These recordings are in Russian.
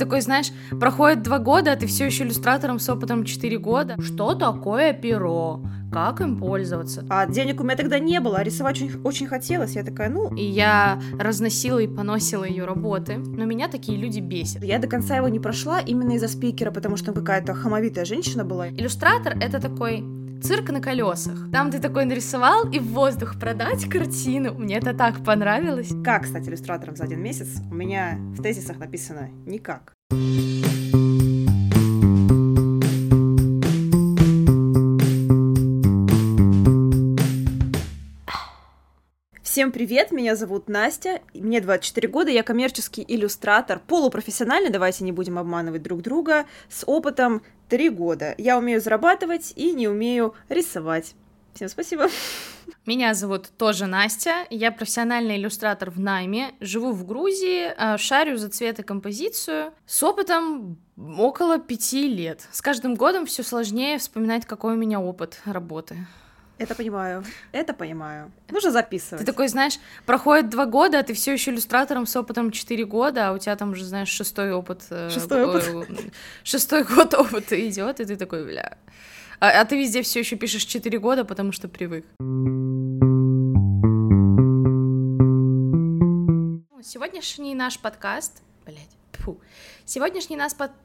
такой, знаешь, проходит 2 года, а ты все еще иллюстратором с опытом 4 года. Что такое перо? Как им пользоваться? А денег у меня тогда не было, а рисовать очень хотелось. Я такая, И я разносила и поносила ее работы, но меня такие люди бесят. Я до конца его не прошла именно из-за спикера, потому что какая-то хамовитая женщина была. Иллюстратор — это такой цирк на колесах. Там ты такой нарисовал и в воздух продать картину. Мне это так понравилось. Как стать иллюстратором за 1 месяц? У меня в тезисах написано «никак». Всем привет, меня зовут Настя, мне 24 года, я коммерческий иллюстратор, полупрофессиональный, давайте не будем обманывать друг друга, с опытом 3 года. Я умею зарабатывать и не умею рисовать. Всем спасибо. Меня зовут тоже Настя, я профессиональный иллюстратор в найме, живу в Грузии, шарю за цвет и композицию, с опытом около 5 лет. С каждым годом все сложнее вспоминать, какой у меня опыт работы. Это понимаю. Нужно записывать. Ты такой, знаешь, проходит 2 года, а ты все еще иллюстратором с опытом 4 года, а у тебя там уже, знаешь, шестой год опыта идет, и ты такой, бля. А ты везде все еще пишешь 4 года, потому что привык. Сегодняшний наш подкаст... Сегодняшний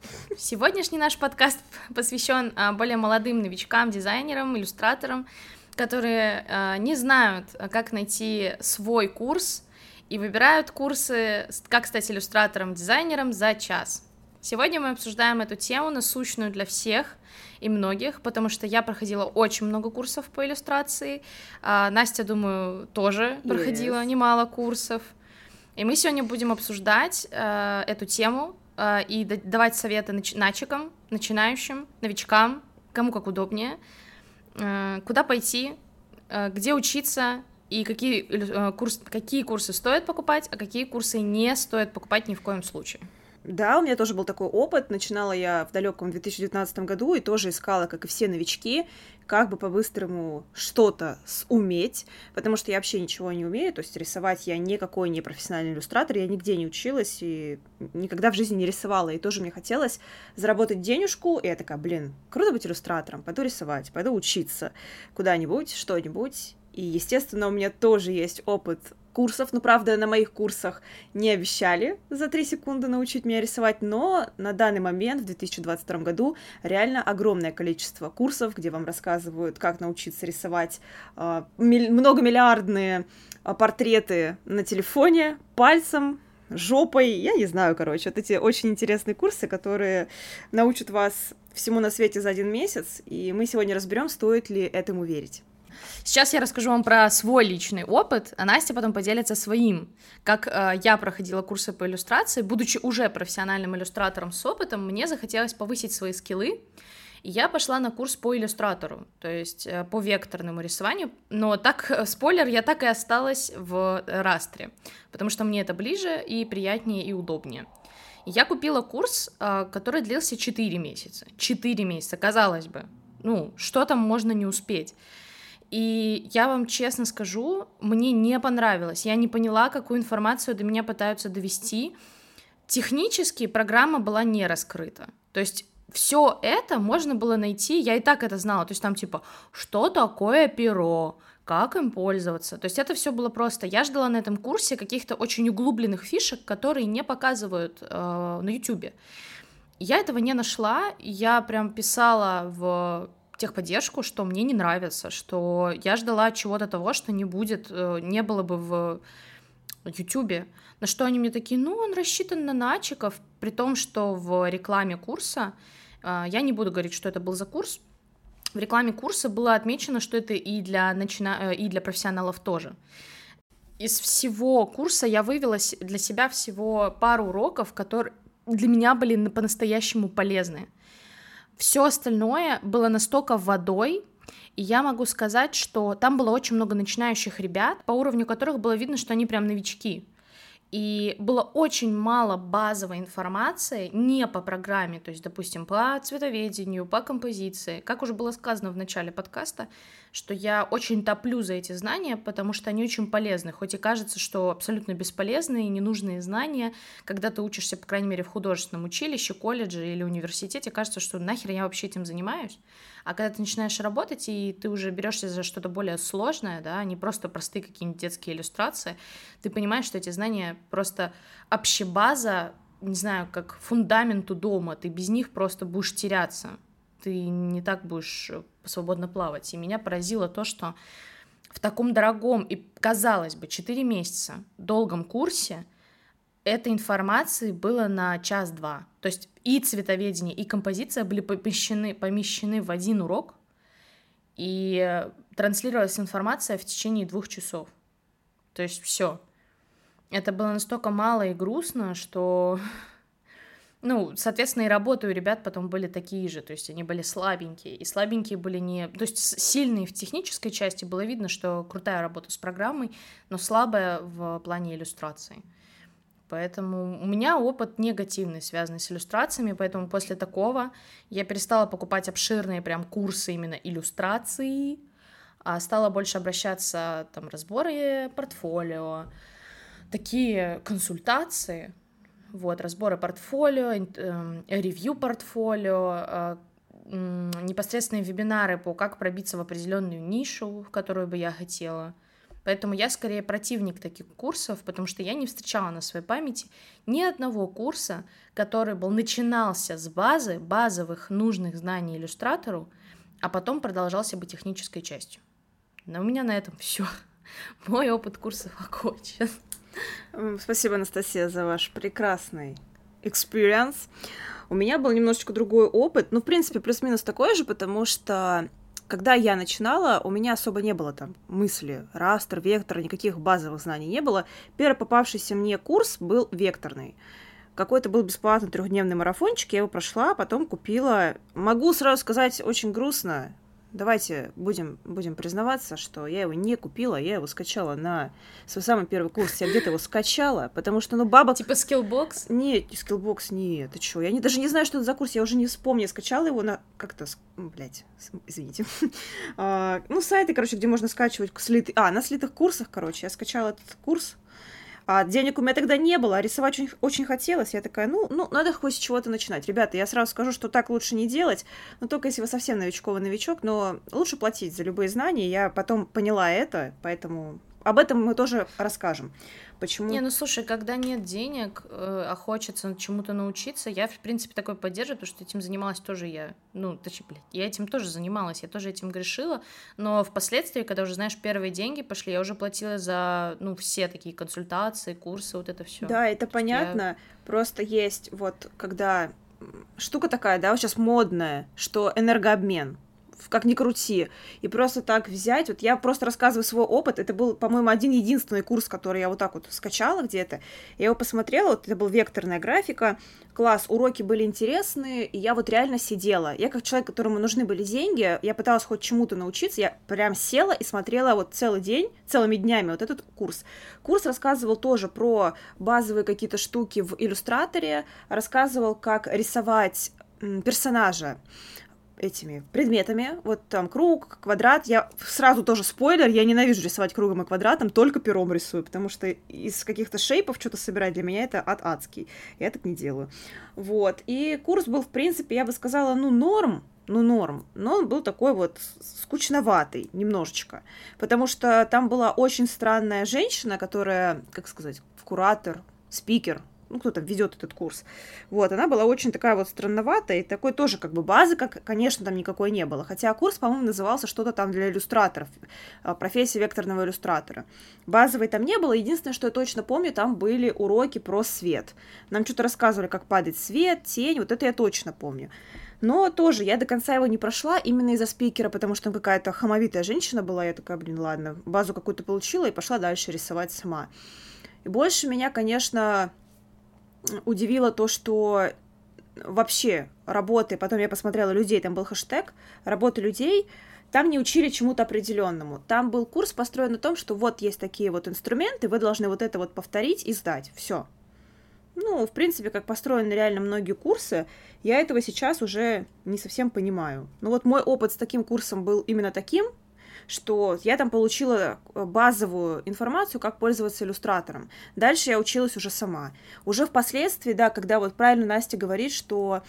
наш подкаст посвящен более молодым новичкам, дизайнерам, иллюстраторам, которые не знают, как найти свой курс и выбирают курсы «Как стать иллюстратором, дизайнером» за час. Сегодня мы обсуждаем эту тему, насущную для всех и многих, потому что я проходила очень много курсов по иллюстрации, Настя, думаю, тоже проходила немало курсов, и мы сегодня будем обсуждать эту тему и давать советы начикам, начинающим, новичкам, кому как удобнее, куда пойти, где учиться и какие курсы стоит покупать, а какие курсы не стоит покупать ни в коем случае. Да, у меня тоже был такой опыт. Начинала я в далеком 2019 году и тоже искала, как и все новички, как бы по-быстрому что-то уметь, потому что я вообще ничего не умею, то есть рисовать я никакой не профессиональный иллюстратор, я нигде не училась и никогда в жизни не рисовала, и тоже мне хотелось заработать денежку, и я такая, круто быть иллюстратором, пойду рисовать, пойду учиться куда-нибудь, что-нибудь, и, естественно, у меня тоже есть опыт курсов, но, правда, на моих курсах не обещали за 3 секунды научить меня рисовать, но на данный момент, в 2022 году, реально огромное количество курсов, где вам рассказывают, как научиться рисовать многомиллиардные портреты на телефоне, пальцем, жопой, я не знаю, вот эти очень интересные курсы, которые научат вас всему на свете за 1 месяц, и мы сегодня разберем, стоит ли этому верить. Сейчас я расскажу вам про свой личный опыт, а Настя потом поделится своим. Как я проходила курсы по иллюстрации, будучи уже профессиональным иллюстратором с опытом, мне захотелось повысить свои скиллы, и я пошла на курс по иллюстратору, то есть по векторному рисованию, но спойлер, я так и осталась в растре, потому что мне это ближе и приятнее и удобнее. Я купила курс, который длился 4 месяца. 4 месяца, казалось бы, что там можно не успеть? И я вам честно скажу, мне не понравилось, я не поняла, какую информацию до меня пытаются довести. Технически программа была не раскрыта, то есть все это можно было найти, я и так это знала, то есть там что такое перо, как им пользоваться, то есть это все было просто. Я ждала на этом курсе каких-то очень углубленных фишек, которые не показывают на YouTube. Я этого не нашла, я прям писала в техподдержку, что мне не нравится, что я ждала чего-то того, что не было бы в Ютубе. На что они мне такие, он рассчитан на начиков, при том, что в рекламе курса, я не буду говорить, что это был за курс, в рекламе курса было отмечено, что это и для профессионалов тоже. Из всего курса я вывела для себя всего пару уроков, которые для меня были по-настоящему полезны. Все остальное было настолько водой, и я могу сказать, что там было очень много начинающих ребят, по уровню которых было видно, что они прям новички. И было очень мало базовой информации не по программе, то есть, допустим, по цветоведению, по композиции. Как уже было сказано в начале подкаста, что я очень топлю за эти знания, потому что они очень полезны, хоть и кажется, что абсолютно бесполезные и ненужные знания, когда ты учишься, по крайней мере, в художественном училище, колледже или университете, кажется, что нахер я вообще этим занимаюсь. А когда ты начинаешь работать, и ты уже берешься за что-то более сложное, да, не просто простые какие-нибудь детские иллюстрации, ты понимаешь, что эти знания просто общебаза, не знаю, как фундамент у дома, ты без них просто будешь теряться, ты не так будешь свободно плавать. И меня поразило то, что в таком дорогом и, казалось бы, 4 месяца долгом курсе этой информации было на час-два. То есть и цветоведение, и композиция были помещены в один урок, и транслировалась информация в течение 2 часов. То есть все. Это было настолько мало и грустно, что... Ну, соответственно, и работы у ребят потом были такие же, то есть они были слабенькие, и слабенькие были не... То есть сильные в технической части, было видно, что крутая работа с программой, но слабая в плане иллюстрации. Поэтому у меня опыт негативный, связанный с иллюстрациями, поэтому после такого я перестала покупать обширные прям курсы именно иллюстрации, а стала больше обращаться, там, разборы портфолио, такие консультации, вот, разборы портфолио, ревью портфолио, непосредственные вебинары по как пробиться в определенную нишу, в которую бы я хотела. Поэтому я скорее противник таких курсов, потому что я не встречала на своей памяти ни одного курса, который начинался с базовых нужных знаний иллюстратору, а потом продолжался бы технической частью. Но у меня на этом все. Мой опыт курсов окончен. Спасибо, Анастасия, за ваш прекрасный experience. У меня был немножечко другой опыт, в принципе, плюс-минус такой же, потому что когда я начинала, у меня особо не было там мысли, растр, вектор, никаких базовых знаний не было. Первый попавшийся мне курс был векторный. Какой-то был бесплатный 3-дневный марафончик, я его прошла, потом купила. Могу сразу сказать, очень грустно. Давайте будем признаваться, что я его не купила, я его скачала на свой самый первый курс. Я где-то его скачала, потому что, бабок... Типа Skillbox? Нет, Skillbox, нет, ты чё? Я даже не знаю, что это за курс, я уже не вспомню. Я скачала его на... Как-то... Извините. Сайты, где можно скачивать слиты... на слитых курсах, я скачала этот курс. А денег у меня тогда не было, а рисовать очень, очень хотелось. Я такая, надо хоть с чего-то начинать. Ребята, я сразу скажу, что так лучше не делать, только если вы совсем новичковый новичок, но лучше платить за любые знания. Я потом поняла это, поэтому об этом мы тоже расскажем. Почему? Не, слушай, когда нет денег, а хочется чему-то научиться, я, в принципе, такое поддерживаю, потому что этим занималась тоже я. Я этим тоже занималась, я тоже этим грешила, но впоследствии, когда уже, знаешь, первые деньги пошли, я уже платила за, все такие консультации, курсы, вот это все. Да, это понятно, просто есть когда штука такая, да, вот сейчас модная, что энергообмен. Как ни крути. И просто так взять... Я просто рассказываю свой опыт. Это был, по-моему, один-единственный курс, который я так скачала где-то. Я его посмотрела, это была векторная графика. Класс, уроки были интересные, и я реально сидела. Я как человек, которому нужны были деньги, я пыталась хоть чему-то научиться, я прям села и смотрела целый день, целыми днями этот курс. Курс рассказывал тоже про базовые какие-то штуки в иллюстраторе, рассказывал, как рисовать персонажа этими предметами, там круг, квадрат, я сразу тоже спойлер, я ненавижу рисовать кругом и квадратом, только пером рисую, потому что из каких-то шейпов что-то собирать для меня это адский, я так не делаю, и курс был, в принципе, я бы сказала, норм, но он был такой скучноватый немножечко, потому что там была очень странная женщина, которая, куратор, спикер, кто там ведет этот курс. Она была очень такая странноватая, и такой тоже базы, конечно, там никакой не было. Хотя курс, по-моему, назывался что-то там для иллюстраторов, профессия векторного иллюстратора. Базовой там не было, единственное, что я точно помню, там были уроки про свет. Нам что-то рассказывали, как падает свет, тень, это я точно помню. Но тоже я до конца его не прошла именно из-за спикера, потому что какая-то хамовитая женщина была, я такая, ладно, базу какую-то получила и пошла дальше рисовать сама. И больше меня, конечно... удивило то, что вообще работы, потом я посмотрела людей, там был хэштег, работы людей там не учили чему-то определенному. Там был курс построен на том, что вот есть такие вот инструменты, вы должны вот это вот повторить и сдать. Все. Ну, в принципе, как построены реально многие курсы, я этого сейчас уже не совсем понимаю. Но вот мой опыт с таким курсом был именно таким, что я там получила базовую информацию, как пользоваться иллюстратором. Дальше я училась уже сама. Уже впоследствии, да, когда вот правильно Настя говорит, что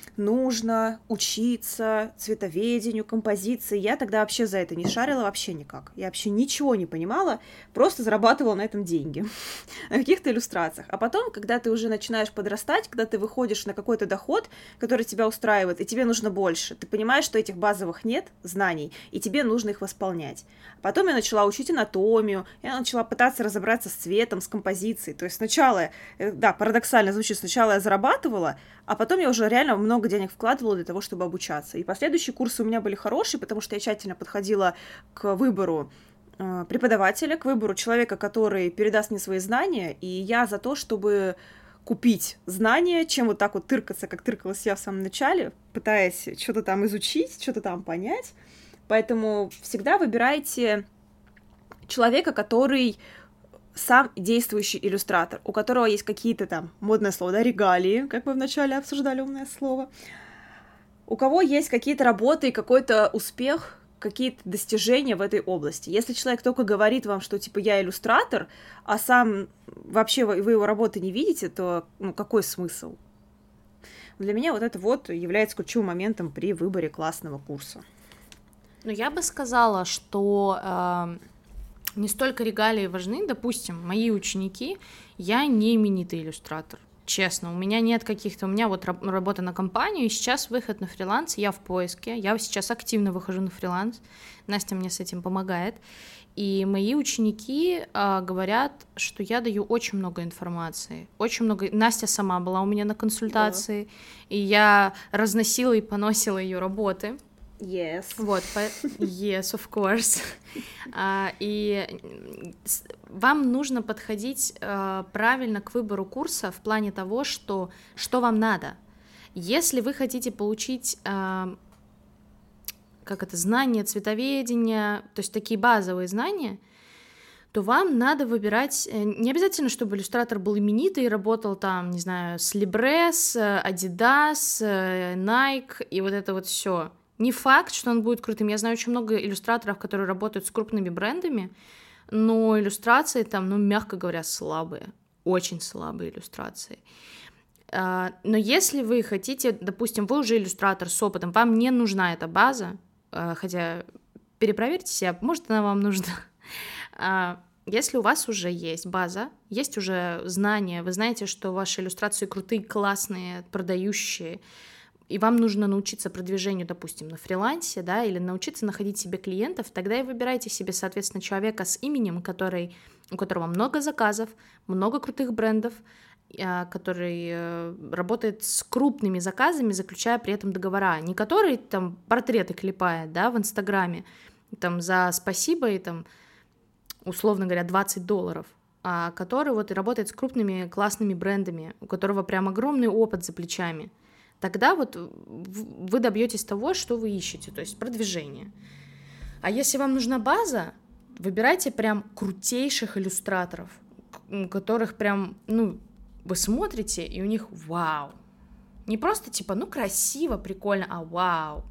нужно учиться цветоведению, композиции. Я тогда вообще за это не шарила вообще никак. Я вообще ничего не понимала, просто зарабатывала на этом деньги, на каких-то иллюстрациях. А потом, когда ты уже начинаешь подрастать, когда ты выходишь на какой-то доход, который тебя устраивает, и тебе нужно больше, ты понимаешь, что этих базовых нет знаний, и тебе нужно их восполнять. Потом я начала учить анатомию, я начала пытаться разобраться с цветом, с композицией. То есть сначала, да, парадоксально звучит, сначала я зарабатывала, а потом я уже реально много денег вкладывала для того, чтобы обучаться. И последующие курсы у меня были хорошие, потому что я тщательно подходила к выбору преподавателя, к выбору человека, который передаст мне свои знания, и я за то, чтобы купить знания, чем вот так вот тыркаться, как тыркалась я в самом начале, пытаясь что-то там изучить, что-то там понять. Поэтому всегда выбирайте человека, который сам действующий иллюстратор, у которого есть какие-то там, модное слово, да, регалии, как мы вначале обсуждали, умное слово, у кого есть какие-то работы и какой-то успех, какие-то достижения в этой области. Если человек только говорит вам, что, типа, я иллюстратор, а сам вообще вы его работы не видите, то, ну, какой смысл? Для меня вот это вот является ключевым моментом при выборе классного курса. Ну, я бы сказала, что не столько регалии важны, допустим, мои ученики, я не именитый иллюстратор, честно, у меня нет каких-то, у меня вот работа на компанию, и сейчас выход на фриланс, я в поиске, я сейчас активно выхожу на фриланс, Настя мне с этим помогает, и мои ученики говорят, что я даю очень много информации, очень много, Настя сама была у меня на консультации, и я разносила и поносила ее работы. Yes. Вот, yes, of course. И вам нужно подходить правильно к выбору курса в плане того, что вам надо. Если вы хотите получить знания цветоведения, то есть такие базовые знания, то вам надо выбирать, не обязательно, чтобы иллюстратор был именитый и работал там, не знаю, с Libre, с Adidas, Nike и вот это вот все. Не факт, что он будет крутым. Я знаю очень много иллюстраторов, которые работают с крупными брендами, но иллюстрации там, ну, мягко говоря, слабые. Очень слабые иллюстрации. Но если вы хотите, допустим, вы уже иллюстратор с опытом, вам не нужна эта база, хотя перепроверьте себя, может, она вам нужна. Если у вас уже есть база, есть уже знания, вы знаете, что ваши иллюстрации крутые, классные, продающие, и вам нужно научиться продвижению, допустим, на фрилансе, да, или научиться находить себе клиентов, тогда и выбирайте себе, соответственно, человека с именем, у которого много заказов, много крутых брендов, который работает с крупными заказами, заключая при этом договора, не который там портреты клепает, да, в Инстаграме, там за спасибо и там, условно говоря, $20, а который вот и работает с крупными классными брендами, у которого прям огромный опыт за плечами. Тогда вот вы добьетесь того, что вы ищете, то есть продвижение. А если вам нужна база, выбирайте прям крутейших иллюстраторов, которых прям, ну, вы смотрите, и у них вау. Не просто типа, ну, красиво, прикольно, а вау.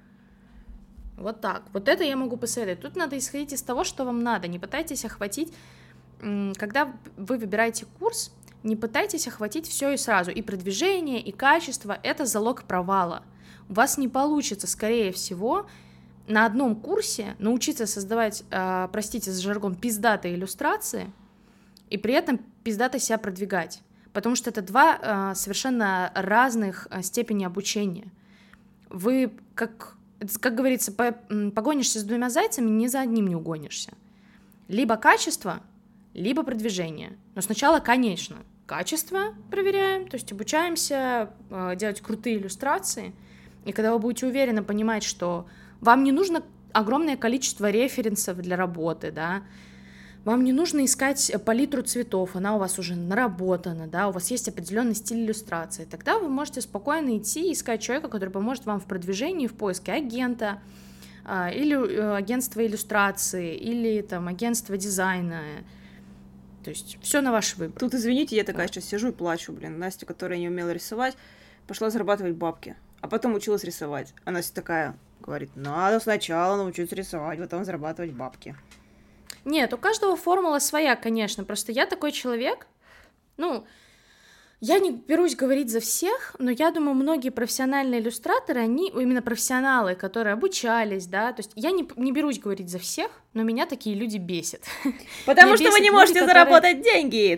Вот так. Вот это я могу посоветовать. Тут надо исходить из того, что вам надо. Не пытайтесь охватить, когда вы выбираете курс, не пытайтесь охватить все и сразу, и продвижение, и качество, это залог провала. У вас не получится, скорее всего, на одном курсе научиться создавать, простите за жаргон, пиздатые иллюстрации, и при этом пиздато себя продвигать, потому что это два совершенно разных степени обучения. Вы, как говорится, погонишься с двумя зайцами, ни за одним не угонишься. Либо качество, либо продвижение. Но сначала, конечно, качество проверяем, то есть обучаемся делать крутые иллюстрации, и когда вы будете уверенно понимать, что вам не нужно огромное количество референсов для работы, да, вам не нужно искать палитру цветов, она у вас уже наработана, да, у вас есть определенный стиль иллюстрации, тогда вы можете спокойно идти и искать человека, который поможет вам в продвижении, в поиске агента, или агентство иллюстрации, или там агентство дизайна. То есть все на ваш выбор. Тут, извините, я такая сейчас сижу и плачу, блин. Настя, которая не умела рисовать, пошла зарабатывать бабки, а потом училась рисовать. А Настя такая говорит, надо сначала научиться рисовать, потом зарабатывать бабки. Нет, у каждого формула своя, конечно. Просто я такой человек, я не берусь говорить за всех, но я думаю, многие профессиональные иллюстраторы, они именно профессионалы, которые обучались, да, то есть я не берусь говорить за всех, но меня такие люди бесят. Потому что вы не можете заработать деньги.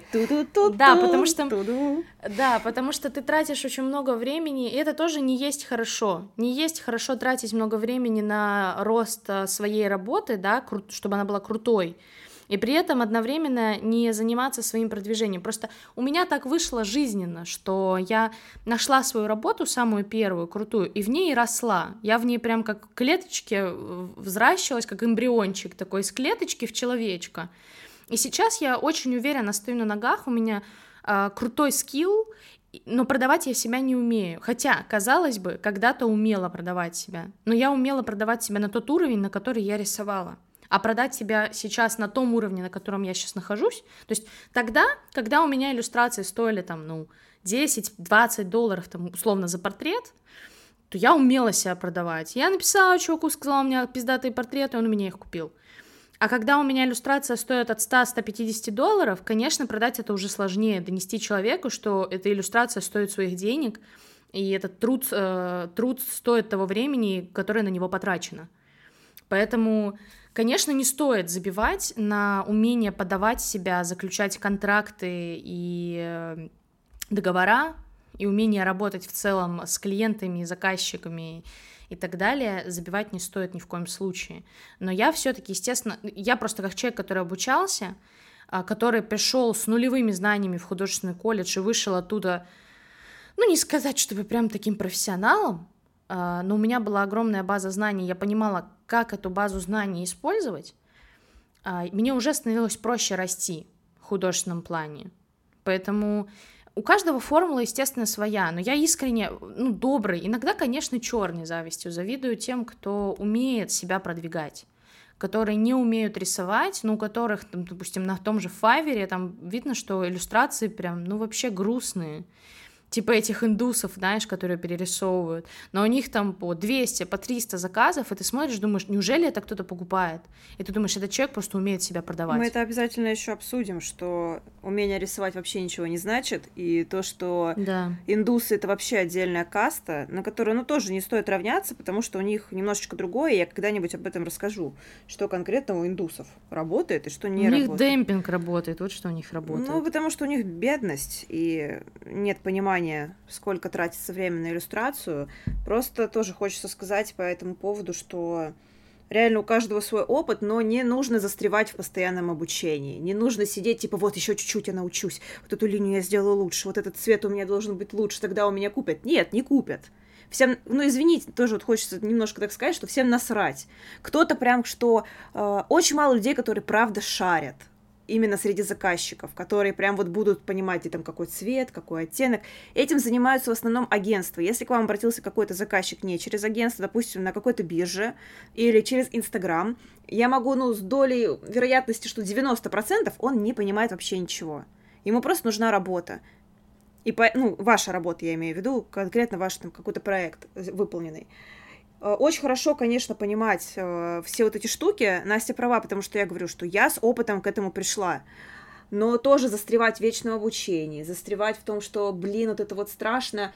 Да, потому что ты тратишь очень много времени, и это тоже не есть хорошо. Не есть хорошо тратить много времени на рост своей работы, да, чтобы она была крутой. И при этом одновременно не заниматься своим продвижением. Просто у меня так вышло жизненно, что я нашла свою работу, самую первую, крутую, и в ней росла. Я в ней прям как в клеточке взращивалась, как эмбриончик такой, из клеточки в человечка. И сейчас я очень уверенно стою на ногах, у меня крутой скилл, но продавать я себя не умею. Хотя, казалось бы, когда-то умела продавать себя. Но я умела продавать себя на тот уровень, на который я рисовала. А продать себя сейчас на том уровне, на котором я сейчас нахожусь, то есть тогда, когда у меня иллюстрации стоили там, $10-20 там, условно за портрет, то я умела себя продавать. Я написала чуваку, сказала, у меня пиздатые портреты, он у меня их купил. А когда у меня иллюстрация стоит от $100-150, конечно, продать это уже сложнее, донести человеку, что эта иллюстрация стоит своих денег, и этот труд стоит того времени, которое на него потрачено. Поэтому, конечно, не стоит забивать на умение подавать себя, заключать контракты и договора, и умение работать в целом с клиентами, заказчиками и так далее, забивать не стоит ни в коем случае. Но я все-таки, естественно, я просто как человек, который обучался, который пришел с нулевыми знаниями в художественный колледж и вышел оттуда, не сказать, чтобы прям таким профессионалом, но у меня была огромная база знаний, я понимала, как эту базу знаний использовать, мне уже становилось проще расти в художественном плане. Поэтому у каждого формула, естественно, своя, но я искренне, добрый, иногда, конечно, черной завистью завидую тем, кто умеет себя продвигать, которые не умеют рисовать, но у которых, там, допустим, на том же Fiverr там видно, что иллюстрации прям, вообще грустные. Типа этих индусов, знаешь, которые перерисовывают, но у них там по 200, по 300 заказов, и ты смотришь, думаешь, неужели это кто-то покупает? И ты думаешь, этот человек просто умеет себя продавать. Мы это обязательно еще обсудим, что умение рисовать вообще ничего не значит, и то, что индусы — это вообще отдельная каста, на которую, тоже не стоит равняться, потому что у них немножечко другое, и я когда-нибудь об этом расскажу, что конкретно у индусов работает и что не работает. У них демпинг работает, вот что у них работает. Потому что у них бедность, и нет понимания, сколько тратится время на иллюстрацию. Просто тоже хочется сказать по этому поводу, что реально у каждого свой опыт, но не нужно застревать в постоянном обучении. Не нужно сидеть, типа, вот еще чуть-чуть я научусь, вот эту линию я сделаю лучше, вот этот цвет у меня должен быть лучше, тогда у меня купят. Нет, не купят. Всем, извините, тоже вот хочется немножко так сказать, что всем насрать. Кто-то прям, что очень мало людей, которые правда шарят. Именно среди заказчиков, которые прям вот будут понимать, где там какой цвет, какой оттенок. Этим занимаются в основном агентства. Если к вам обратился какой-то заказчик не через агентство, допустим, на какой-то бирже или через Инстаграм, я могу, с долей вероятности, что 90% он не понимает вообще ничего. Ему просто нужна работа. И ваша работа, я имею в виду, конкретно ваш там какой-то проект выполненный. Очень хорошо, конечно, понимать все вот эти штуки. Настя права, потому что я говорю, что я с опытом к этому пришла. Но тоже застревать в вечном обучении, застревать в том, что, вот это вот страшно.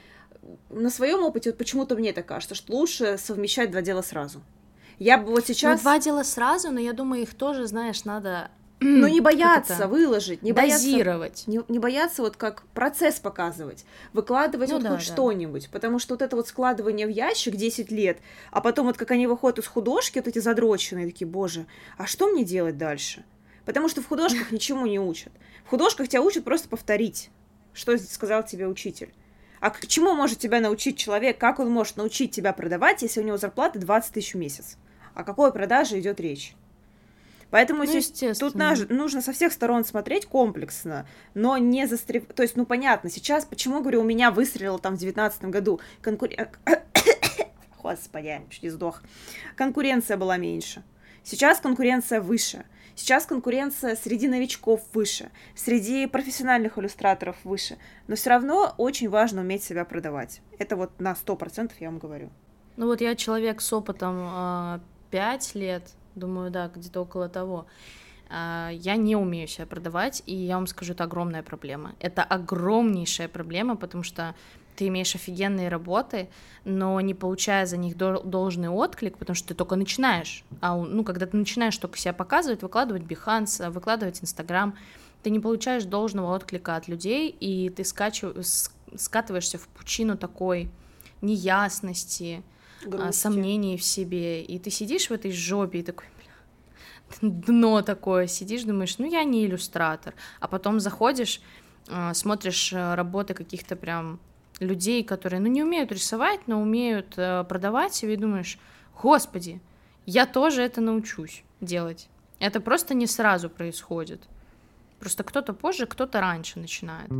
На своем опыте почему-то мне так кажется, что лучше совмещать два дела сразу. Я бы вот сейчас... два дела сразу, но я думаю, их тоже, знаешь, надо... не бояться выложить, не дозировать. Не бояться вот как процесс показывать, выкладывать хоть что-нибудь, потому что вот это вот складывание в ящик 10 лет, а потом вот как они выходят из художки, вот эти задроченные, такие, боже, а что мне делать дальше? Потому что в художках ничему не учат. В художках тебя учат просто повторить, что сказал тебе учитель. А к чему может тебя научить человек, как он может научить тебя продавать, если у него зарплата 20 тысяч в месяц? О какой продаже идет речь? Поэтому тут нужно со всех сторон смотреть комплексно, но не застревать. То есть, понятно, сейчас, почему, говорю, у меня выстрелило там в 2019 году Господи, чуть не сдох. Конкуренция была меньше. Сейчас конкуренция выше. Сейчас конкуренция среди новичков выше, среди профессиональных иллюстраторов выше. Но все равно очень важно уметь себя продавать. Это вот на 100% я вам говорю. Ну вот я человек с опытом 5 лет, думаю, да, где-то около того. Я не умею себя продавать, и я вам скажу, это огромная проблема. Это огромнейшая проблема, потому что ты имеешь офигенные работы, но не получая за них должный отклик, потому что ты только начинаешь. Когда ты начинаешь только себя показывать, выкладывать Behance, выкладывать Instagram, ты не получаешь должного отклика от людей, и ты скатываешься в пучину такой неясности, сомнений в себе, и ты сидишь в этой жопе и такой, дно такое, сидишь, думаешь, я не иллюстратор, а потом заходишь, смотришь работы каких-то прям людей, которые, не умеют рисовать, но умеют продавать, и думаешь, господи, я тоже это научусь делать. Это просто не сразу происходит. Просто кто-то позже, кто-то раньше начинает.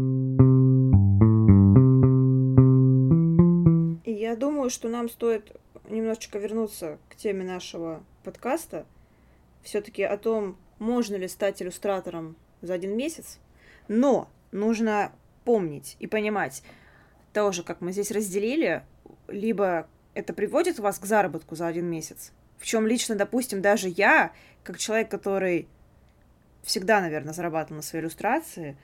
И я думаю, что нам стоит немножечко вернуться к теме нашего подкаста, все-таки о том, можно ли стать иллюстратором за 1 месяц, но нужно помнить и понимать, тоже, как мы здесь разделили, либо это приводит вас к заработку за 1 месяц, в чем лично, допустим, даже я, как человек, который всегда, наверное, зарабатывал на своей иллюстрации,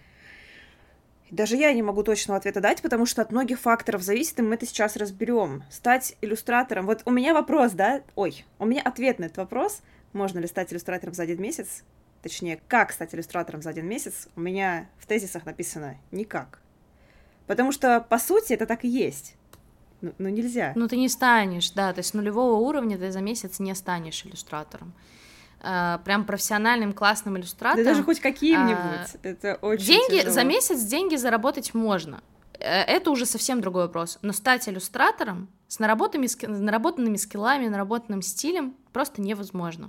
даже я не могу точного ответа дать, потому что от многих факторов зависит, и мы это сейчас разберем. Стать иллюстратором... Вот у меня вопрос, да? У меня ответ на этот вопрос. Можно ли стать иллюстратором за 1 месяц? Точнее, как стать иллюстратором за 1 месяц? У меня в тезисах написано «никак». Потому что, по сути, это так и есть. Ну, нельзя. Ты не станешь, да, то есть с нулевого уровня ты за месяц не станешь иллюстратором. Прям профессиональным классным иллюстратором. Да даже хоть каким-нибудь. Это очень тяжело. За месяц деньги заработать можно. Это уже совсем другой вопрос. Но стать иллюстратором с наработанными скиллами, наработанным стилем просто невозможно.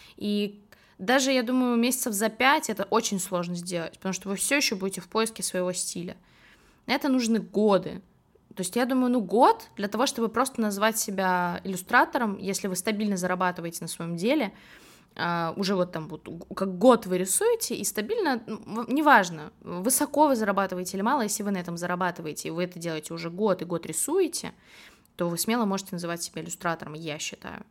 И даже, я думаю, месяцев за 5 это очень сложно сделать, потому что вы все еще будете в поиске своего стиля. Это нужны годы. То есть я думаю, год для того, чтобы просто назвать себя иллюстратором, если вы стабильно зарабатываете на своем деле, уже как год вы рисуете, и стабильно, неважно, высоко вы зарабатываете или мало, если вы на этом зарабатываете, и вы это делаете уже год, и год рисуете, то вы смело можете называть себя иллюстратором, я считаю.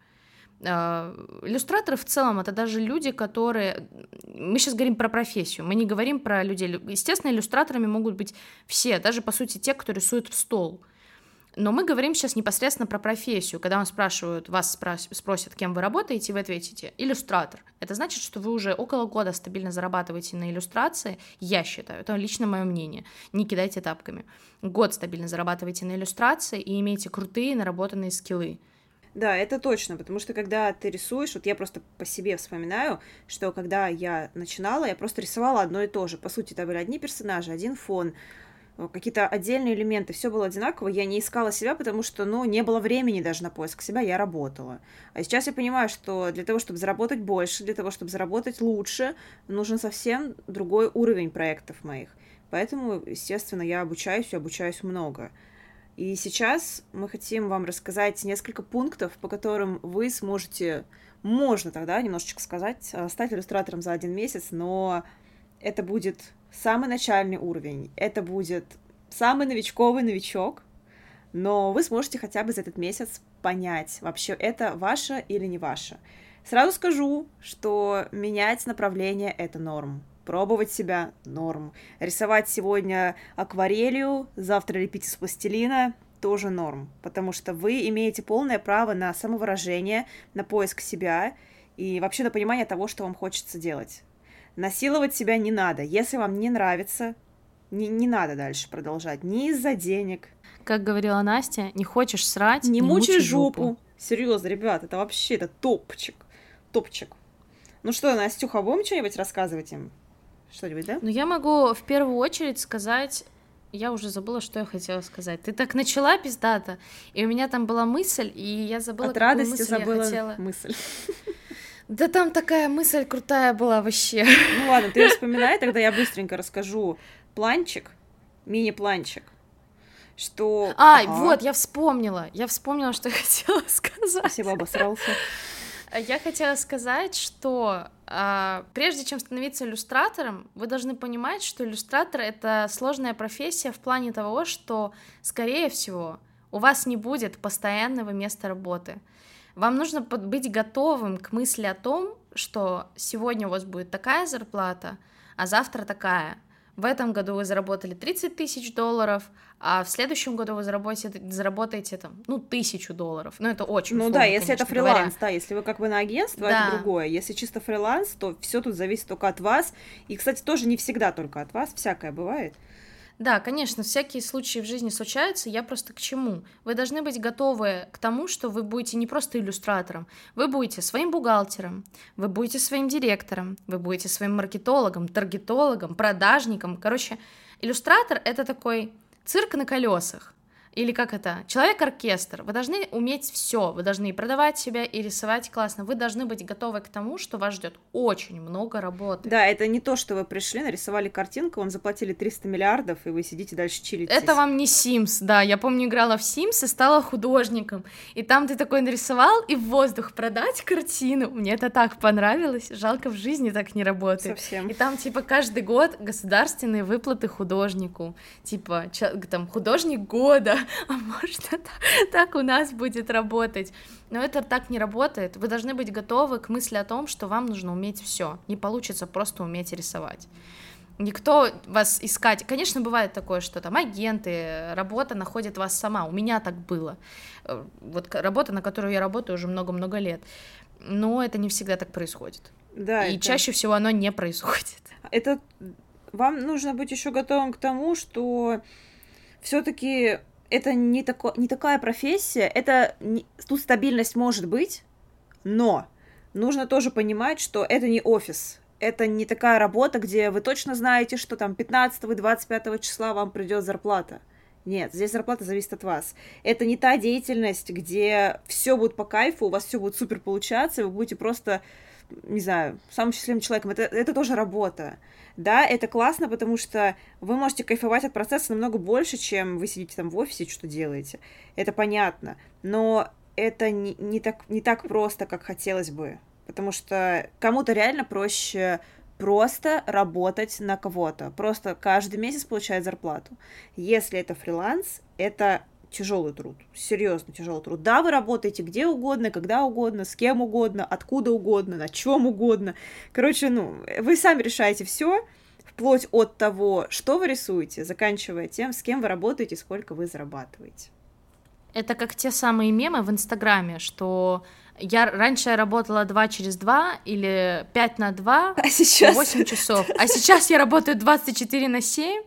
Иллюстраторы в целом — это даже люди, которые... Мы сейчас говорим про профессию, мы не говорим про людей. Естественно, иллюстраторами могут быть все, даже, по сути, те, кто рисует в стол. Но мы говорим сейчас непосредственно про профессию. Когда вас спросят, кем вы работаете, вы ответите «иллюстратор». Это значит, что вы уже около года стабильно зарабатываете на иллюстрации, я считаю, это лично мое мнение, не кидайте тапками. Год стабильно зарабатываете на иллюстрации и имеете крутые наработанные скиллы. Да, это точно, потому что когда ты рисуешь, вот я просто по себе вспоминаю, что когда я начинала, я просто рисовала одно и то же. По сути, это были одни персонажи, один фон, какие-то отдельные элементы, все было одинаково, я не искала себя, потому что, не было времени даже на поиск себя, я работала. А сейчас я понимаю, что для того, чтобы заработать больше, для того, чтобы заработать лучше, нужен совсем другой уровень проектов моих. Поэтому, естественно, я обучаюсь много. И сейчас мы хотим вам рассказать несколько пунктов, по которым вы сможете, можно тогда немножечко сказать, стать иллюстратором за 1 месяц, но это будет самый начальный уровень, это будет самый новичковый новичок, но вы сможете хотя бы за этот месяц понять, вообще это ваше или не ваше. Сразу скажу, что менять направление — это норм. Пробовать себя — норм. Рисовать сегодня акварелью, завтра лепить из пластилина — тоже норм, потому что вы имеете полное право на самовыражение, на поиск себя и вообще на понимание того, что вам хочется делать. Насиловать себя не надо. Если вам не нравится, не надо дальше продолжать. Не из-за денег. Как говорила Настя, не хочешь срать, не мучай жопу. Серьезно, ребят, это вообще топчик. Ну что, Настюха, будем что-нибудь рассказывать им? Что-нибудь, да? Я могу в первую очередь сказать... Я уже забыла, что я хотела сказать. Ты так начала пиздато, и у меня там была мысль, и я забыла, от радости мысль забыла я хотела. Мысль. Да там такая мысль крутая была вообще. Ну ладно, ты вспоминай, тогда я быстренько расскажу планчик, мини-планчик. что... Вот, я вспомнила, что я хотела сказать. Спасибо, обосрался. Я хотела сказать, что прежде чем становиться иллюстратором, вы должны понимать, что иллюстратор — это сложная профессия в плане того, что, скорее всего, у вас не будет постоянного места работы. Вам нужно быть готовым к мысли о том, что сегодня у вас будет такая зарплата, а завтра такая. В этом году вы заработали $30 тысяч, а в следующем году вы заработаете там, $1000. Ну, это очень условно, да, если это фриланс, говоря. Да, если вы как бы на агентство, да. Это другое. Если чисто фриланс, то все тут зависит только от вас. И, кстати, тоже не всегда только от вас, всякое бывает. Да, конечно, всякие случаи в жизни случаются, я просто к чему? Вы должны быть готовы к тому, что вы будете не просто иллюстратором, вы будете своим бухгалтером, вы будете своим директором, вы будете своим маркетологом, таргетологом, продажником. Короче, иллюстратор — это такой цирк на колесах. Или как это? Человек-оркестр. Вы должны уметь все. Вы должны и продавать себя, и рисовать классно. Вы должны быть готовы к тому, что вас ждет очень много работы. Да, это не то, что вы пришли, нарисовали картинку, вам заплатили 300 миллиардов, и вы сидите дальше чилите. Это вам не Sims, да. Я помню, играла в Sims и стала художником. И там ты такой нарисовал, и в воздух продать картину. Мне это так понравилось. Жалко, в жизни так не работает. Совсем. И там, типа, каждый год государственные выплаты художнику. Типа, там, художник года. А может, так у нас будет работать. Но это так не работает. Вы должны быть готовы к мысли о том, что вам нужно уметь все. Не получится просто уметь рисовать. Никто вас искать... Конечно, бывает такое, что там агенты, работа находит вас сама. У меня так было. Вот работа, на которую я работаю уже много-много лет. Но это не всегда так происходит. Да, и чаще всего оно не происходит. Это вам нужно быть еще готовым к тому, что все-таки это не такая профессия, тут стабильность может быть, но нужно тоже понимать, что это не офис, это не такая работа, где вы точно знаете, что там 15-25 числа вам придет зарплата. Нет, здесь зарплата зависит от вас. Это не та деятельность, где все будет по кайфу, у вас все будет супер получаться, и вы будете просто, не знаю, самым счастливым человеком. Это тоже работа. Да, это классно, потому что вы можете кайфовать от процесса намного больше, чем вы сидите там в офисе и что делаете. Это понятно. Но это не так просто, как хотелось бы. Потому что кому-то реально проще просто работать на кого-то. Просто каждый месяц получать зарплату. Если это фриланс, это тяжелый труд, серьезно тяжелый труд. Да, вы работаете где угодно, когда угодно, с кем угодно, откуда угодно, на чем угодно. Короче, вы сами решаете все, вплоть от того, что вы рисуете, заканчивая тем, с кем вы работаете, сколько вы зарабатываете. Это как те самые мемы в Инстаграме, что раньше я работала 2 через 2 или 5 на 2, а сейчас... 8 часов, а сейчас я работаю 24 на 7.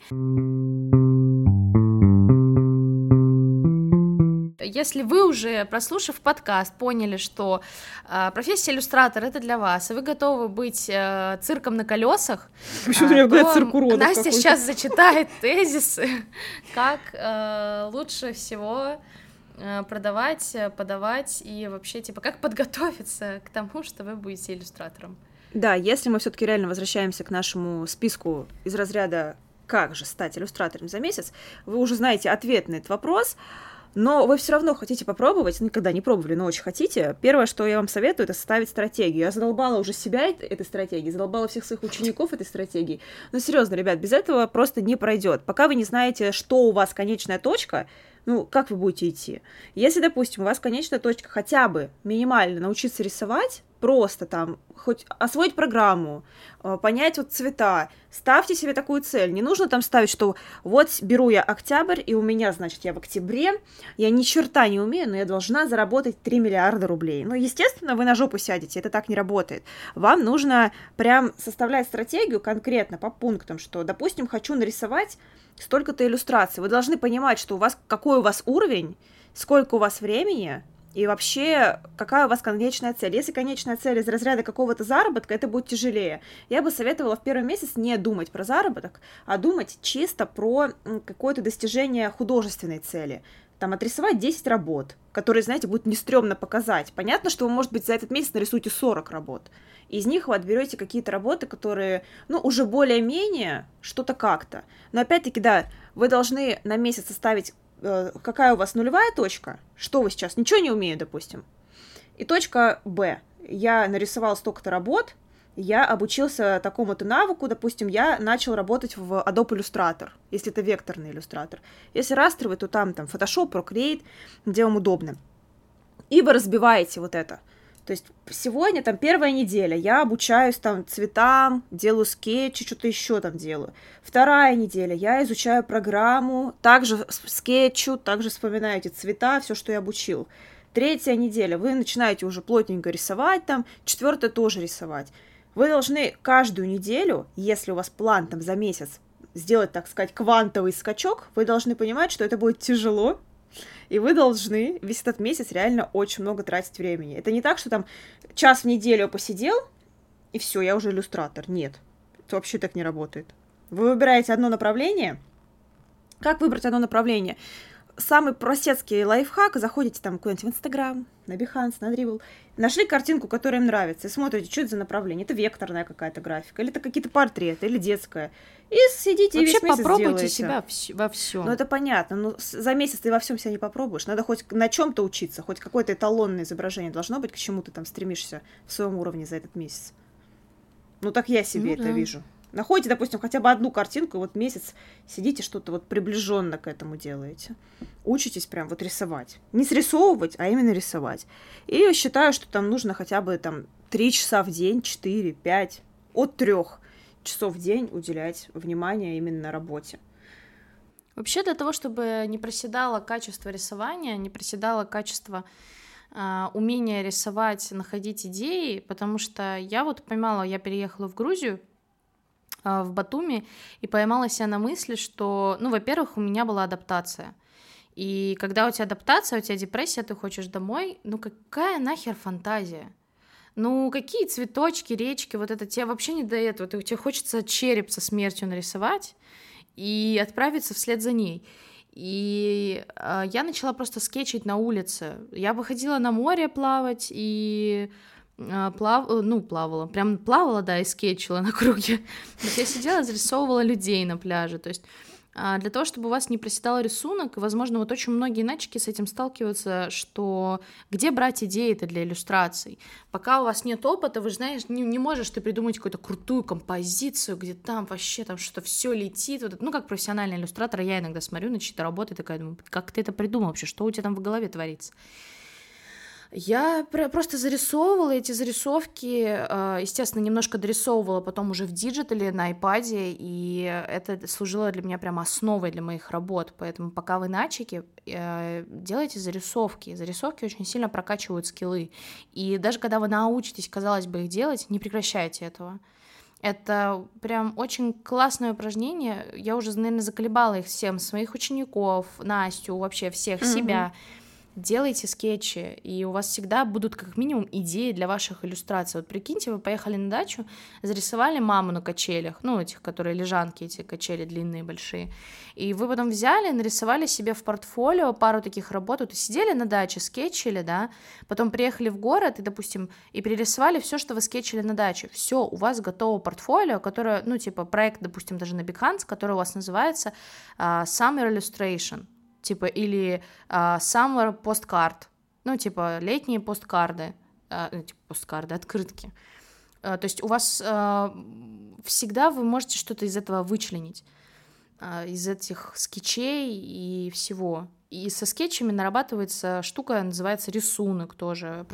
Если вы уже, прослушав подкаст, поняли, что профессия иллюстратор — это для вас, и вы готовы быть цирком на колесах, то Настя сейчас зачитает тезисы, как лучше всего продавать, подавать и вообще, типа, как подготовиться к тому, что вы будете иллюстратором. Да, если мы все-таки реально возвращаемся к нашему списку из разряда «Как же стать иллюстратором за месяц?», вы уже знаете ответ на этот вопрос, но вы все равно хотите попробовать, никогда не пробовали, но очень хотите. Первое, что я вам советую, это составить стратегию. Я задолбала уже себя этой стратегией, задолбала всех своих учеников этой стратегией. Но серьезно, ребят, без этого просто не пройдет. Пока вы не знаете, что у вас конечная точка, как вы будете идти? Если, допустим, у вас конечная точка хотя бы минимально научиться рисовать, просто там хоть освоить программу, понять цвета, ставьте себе такую цель. Не нужно там ставить, что вот беру я октябрь, и у меня, значит, я в октябре, я ни черта не умею, но я должна заработать 3 миллиарда рублей. Естественно, вы на жопу сядете, это так не работает. Вам нужно прям составлять стратегию конкретно по пунктам, что, допустим, хочу нарисовать столько-то иллюстраций. Вы должны понимать, что какой у вас уровень, сколько у вас времени, и вообще, какая у вас конечная цель. Если конечная цель из разряда какого-то заработка, это будет тяжелее. Я бы советовала в первый месяц не думать про заработок, а думать чисто про какое-то достижение художественной цели. Там отрисовать 10 работ, которые, знаете, будет не стрёмно показать. Понятно, что вы, может быть, за этот месяц нарисуете 40 работ. Из них вы отберете какие-то работы, которые, уже более-менее что-то как-то. Но опять-таки, да, вы должны на месяц составить какая у вас нулевая точка, что вы сейчас, ничего не умею, допустим, и точка Б. Я нарисовал столько-то работ, я обучился такому-то навыку, допустим, я начал работать в Adobe Illustrator, если это векторный иллюстратор. Если растровый, то там Photoshop, Procreate, где вам удобно. И вы разбиваете вот это. То есть сегодня, там, первая неделя, я обучаюсь там цветам, делаю скетчи, что-то еще там делаю. Вторая неделя, я изучаю программу, также скетчу, также вспоминаю эти цвета, все, что я обучил. Третья неделя, вы начинаете уже плотненько рисовать там, четвертая тоже рисовать. Вы должны каждую неделю, если у вас план там за месяц сделать, так сказать, квантовый скачок, вы должны понимать, что это будет тяжело, и вы должны весь этот месяц реально очень много тратить времени. Это не так, что там час в неделю посидел, и все, я уже иллюстратор. Нет, это вообще так не работает. Вы выбираете одно направление. Как выбрать одно направление? Самый простецкий лайфхак, заходите там куда-нибудь в Инстаграм, на Behance, на Dribbble, нашли картинку, которая им нравится, и смотрите, что это за направление. Это векторная какая-то графика, или это какие-то портреты, или детская. И сидите вообще и весь месяц попробуйте делаете. себя во всем. Ну, это понятно, но за месяц ты во всем себя не попробуешь. Надо хоть на чем-то учиться, хоть какое-то эталонное изображение должно быть, к чему ты там стремишься в своем уровне за этот месяц. Ну, так я себе это вижу. Находите, допустим, хотя бы одну картинку, и вот месяц сидите, что-то вот приближенно к этому делаете. Учитесь прям вот рисовать. Не срисовывать, а именно рисовать. И я считаю, что там нужно хотя бы там 3 часа в день, 4, 5, от 3 часов в день уделять внимание именно работе. Вообще для того, чтобы не проседало качество рисования, не проседало качество умения рисовать, находить идеи, потому что я вот поймала, я переехала в Грузию, в Батуми, и поймала себя на мысли, что, ну, во-первых, у меня была адаптация. И когда у тебя адаптация, у тебя депрессия, ты хочешь домой, ну какая нахер фантазия? Ну какие цветочки, речки, вот это тебе вообще не до этого. Тебе хочется череп со смертью нарисовать и отправиться вслед за ней. И я начала просто скетчить на улице. Я выходила на море плавать и плавала, прям плавала, да, и скетчила на круге. То есть я сидела, зарисовывала людей на пляже, то есть для того, чтобы у вас не проседал рисунок, и, возможно, вот очень многие начики с этим сталкиваются, что где брать идеи-то для иллюстраций? Пока у вас нет опыта, вы знаешь, не можешь ты придумать какую-то крутую композицию, где там вообще там что-то все летит. Вот, ну, как профессиональный иллюстратор, я иногда смотрю на чьи-то работы, такая думаю, как ты это придумал вообще, что у тебя там в голове творится? Я просто зарисовывала эти зарисовки, естественно, немножко дорисовывала потом уже в диджитале на iPad, и это служило для меня прямо основой для моих работ, поэтому пока вы начики, делайте зарисовки. Зарисовки очень сильно прокачивают скиллы, и даже когда вы научитесь, казалось бы, их делать, не прекращайте этого. Это прям очень классное упражнение, я уже, наверное, заколебала их всем, своих учеников, Настю, вообще всех, себя. Делайте скетчи, и у вас всегда будут как минимум идеи для ваших иллюстраций. Вот прикиньте, вы поехали на дачу, зарисовали маму на качелях, ну, этих, которые лежанки, эти качели длинные, большие, и вы потом взяли, нарисовали себе в портфолио пару таких работ, вот, и сидели на даче, скетчили, да, потом приехали в город и, допустим, и перерисовали все, что вы скетчили на даче. Все, у вас готово портфолио, которое, ну, типа, проект, допустим, даже на Behance, который у вас называется Summer Illustration, типа, или summer postcard, ну, типа, летние посткарды, типа, посткарды, открытки. То есть у вас всегда вы можете что-то из этого вычленить, из этих скетчей и всего. И со скетчами нарабатывается штука, называется рисунок тоже,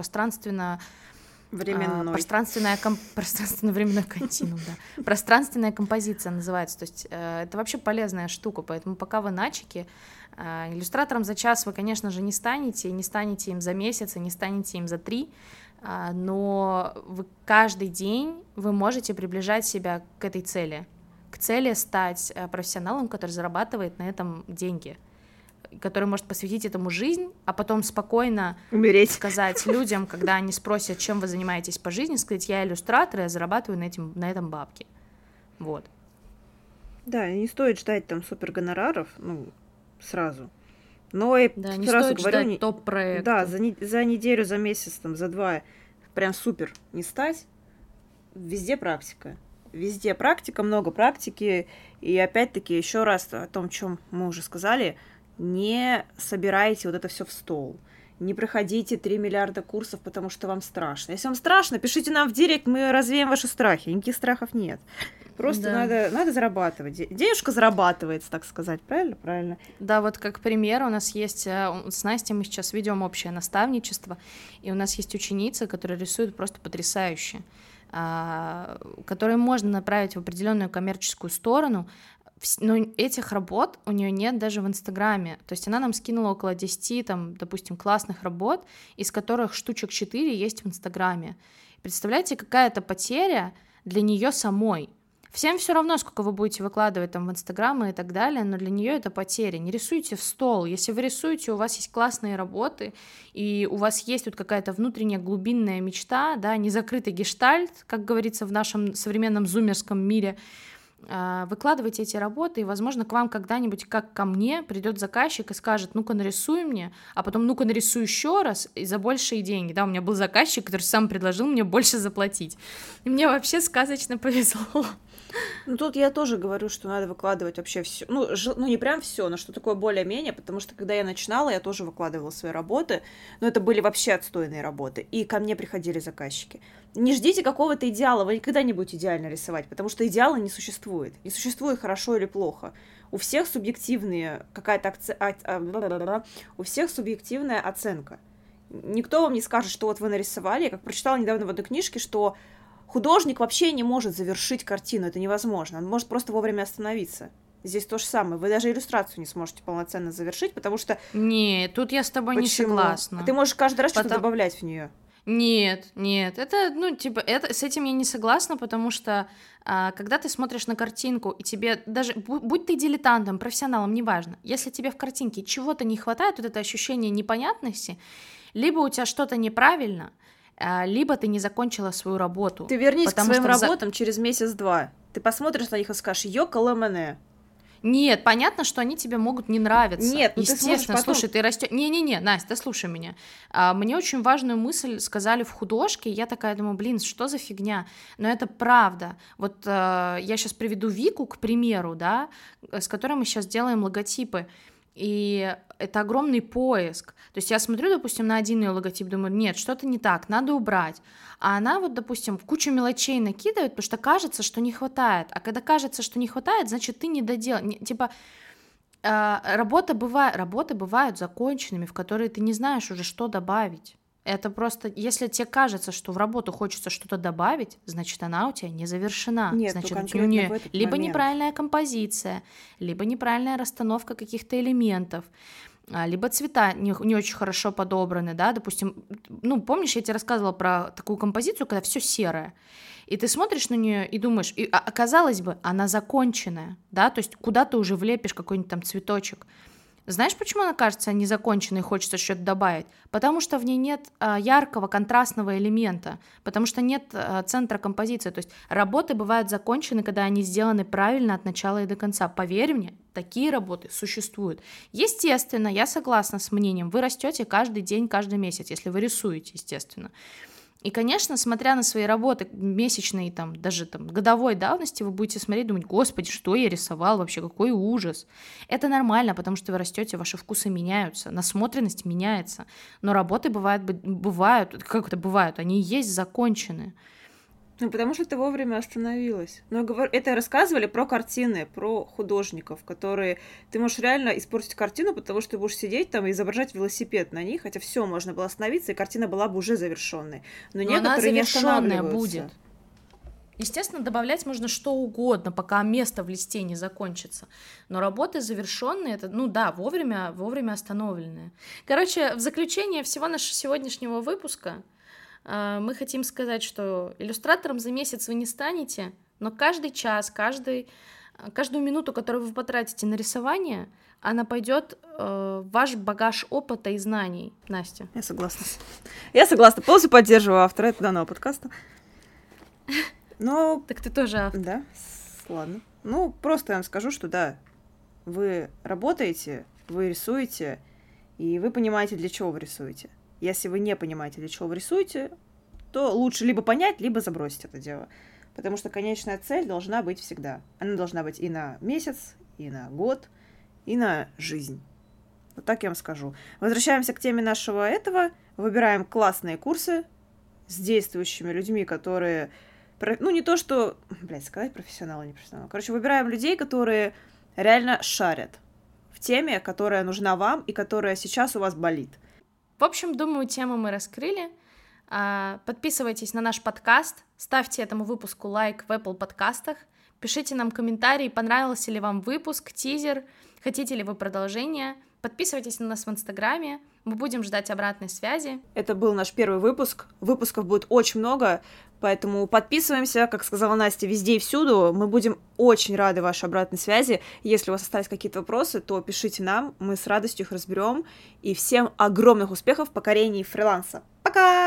пространственно-временной континуум, да. Пространственная композиция называется, то есть это вообще полезная штука, поэтому пока вы начики, иллюстратором за час вы, конечно же, не станете им за месяц, и не станете им за 3, но вы каждый день вы можете приближать себя к этой цели, к цели стать профессионалом, который зарабатывает на этом деньги, который может посвятить этому жизнь, а потом спокойно умереть. Сказать людям, когда они спросят, чем вы занимаетесь по жизни, сказать, я иллюстратор, я зарабатываю на этом бабки. Вот. Да, не стоит ждать там супер гонораров, ну, сразу. Но и да, не сразу стоит говорю, ждать топ-проекта. Да, за неделю, за месяц, там, за 2 прям супер не стать. Везде практика. Везде практика, много практики. И опять-таки еще раз о том, чем мы уже сказали, не собирайте вот это все в стол. Не проходите 3 миллиарда курсов, потому что вам страшно. Если вам страшно, пишите нам в директ, мы развеем ваши страхи. Никаких страхов нет. Просто надо зарабатывать. Денежка зарабатывается, так сказать. Правильно? Правильно. Да, вот как пример у нас есть, с Настей мы сейчас ведем общее наставничество, и у нас есть ученицы, которые рисуют просто потрясающе, которые можно направить в определенную коммерческую сторону, но этих работ у нее нет даже в Инстаграме. То есть она нам скинула около 10, там, допустим, классных работ, из которых штучек 4 есть в Инстаграме. Представляете, какая это потеря для нее самой. Всем все равно, сколько вы будете выкладывать там в Инстаграм и так далее, но для нее это потеря. Не рисуйте в стол. Если вы рисуете, у вас есть классные работы, и у вас есть вот какая-то внутренняя глубинная мечта, да, незакрытый гештальт, как говорится в нашем современном зумерском мире, выкладывайте эти работы, и, возможно, к вам когда-нибудь, как ко мне, придет заказчик и скажет: ну-ка нарисуй мне, а потом ну-ка нарисуй еще раз и за большие деньги. Да, у меня был заказчик, который сам предложил мне больше заплатить. И мне вообще сказочно повезло. Ну, тут я тоже говорю, что надо выкладывать вообще все. Ну, не прям все, но что такое более-менее, потому что когда я начинала, я тоже выкладывала свои работы, но это были вообще отстойные работы, и ко мне приходили заказчики. Не ждите какого-то идеала, вы никогда не будете идеально рисовать, потому что идеала не существует. Не существует хорошо или плохо. У всех субъективная у всех субъективная оценка. Никто вам не скажет, что вот вы нарисовали. Я как прочитала недавно в одной книжке, что художник вообще не может завершить картину, это невозможно. Он может просто вовремя остановиться. Здесь то же самое. Вы даже иллюстрацию не сможете полноценно завершить, потому что... Нет, тут я с тобой не согласна. А ты можешь каждый раз что-то добавлять в нее. Нет, это, с этим я не согласна, потому что когда ты смотришь на картинку, и тебе даже, будь ты дилетантом, профессионалом, неважно, если тебе в картинке чего-то не хватает, вот это ощущение непонятности, либо у тебя что-то неправильно, либо ты не закончила свою работу. Ты вернись к своим работам через месяц-два. Ты посмотришь на них и скажешь: ёкаламэне. Нет, понятно, что они тебе могут не нравиться. Нет, ну естественно, ты потом... слушай, ты растешь. Не, Настя, слушай меня. Мне очень важную мысль сказали в художке, и я такая думаю: блин, что за фигня? Но это правда. Вот я сейчас приведу Вику, к примеру, да, с которой мы сейчас делаем логотипы. И это огромный поиск. То есть я смотрю, допустим, на один ее логотип, думаю: нет, что-то не так, надо убрать. А она вот, допустим, в кучу мелочей накидывает, потому что кажется, что не хватает. А когда кажется, что не хватает, значит, ты не доделал. Типа, работы бывают законченными, в которые ты не знаешь уже, что добавить. Это просто, если тебе кажется, что в работу хочется что-то добавить, значит, она у тебя не завершена. Нет, значит, у нее либо неправильная композиция, либо неправильная расстановка каких-то элементов, либо цвета не очень хорошо подобраны, да, допустим, ну, помнишь, я тебе рассказывала про такую композицию, когда все серое, и ты смотришь на нее и думаешь, казалось бы, она законченная, да, то есть куда ты уже влепишь какой-нибудь там цветочек. Знаешь, почему она кажется незаконченной и хочется что-то добавить? Потому что в ней нет яркого контрастного элемента, потому что нет центра композиции. То есть работы бывают закончены, когда они сделаны правильно от начала и до конца. Поверь мне, такие работы существуют. Естественно, я согласна с мнением, вы растете каждый день, каждый месяц, если вы рисуете, естественно. И, конечно, смотря на свои работы месячные, там, даже там, годовой давности, вы будете смотреть, думать: господи, что я рисовал вообще, какой ужас. Это нормально, потому что вы растете, ваши вкусы меняются, насмотренность меняется, но работы бывают, как это бывают, они есть закончены. Ну, потому что ты вовремя остановилась. Но это рассказывали про картины, про художников, которые... Ты можешь реально испортить картину, потому что ты будешь сидеть там и изображать велосипед на них, хотя все можно было остановиться, и картина была бы уже завершенной. Но некоторые не останавливаются. Будет. Естественно, добавлять можно что угодно, пока место в листе не закончится. Но работы завершенные, это, ну да, вовремя остановленные. Короче, в заключение всего нашего сегодняшнего выпуска мы хотим сказать, что иллюстратором за месяц вы не станете, но каждый час, каждую минуту, которую вы потратите на рисование, она пойдет в ваш багаж опыта и знаний. Настя. Я согласна. Полностью поддерживаю автора данного подкаста. Но... Так ты тоже автор. Да, ладно. Ну, просто я вам скажу, что да, вы работаете, вы рисуете, и вы понимаете, для чего вы рисуете. Если вы не понимаете, для чего вы рисуете, то лучше либо понять, либо забросить это дело. Потому что конечная цель должна быть всегда. Она должна быть и на месяц, и на год, и на жизнь. Вот так я вам скажу. Возвращаемся к теме нашего этого. Выбираем классные курсы с действующими людьми, которые... Ну, не то, что... Блядь, сказать профессионал, не профессионал. Короче, выбираем людей, которые реально шарят в теме, которая нужна вам и которая сейчас у вас болит. В общем, думаю, тему мы раскрыли. Подписывайтесь на наш подкаст, ставьте этому выпуску лайк в Apple подкастах, пишите нам комментарии, понравился ли вам выпуск, тизер, хотите ли вы продолжение. Подписывайтесь на нас в Инстаграме, мы будем ждать обратной связи. Это был наш первый выпуск, выпусков будет очень много, поэтому подписываемся, как сказала Настя, везде и всюду. Мы будем очень рады вашей обратной связи. Если у вас остались какие-то вопросы, то пишите нам, мы с радостью их разберем. И всем огромных успехов в покорении фриланса. Пока!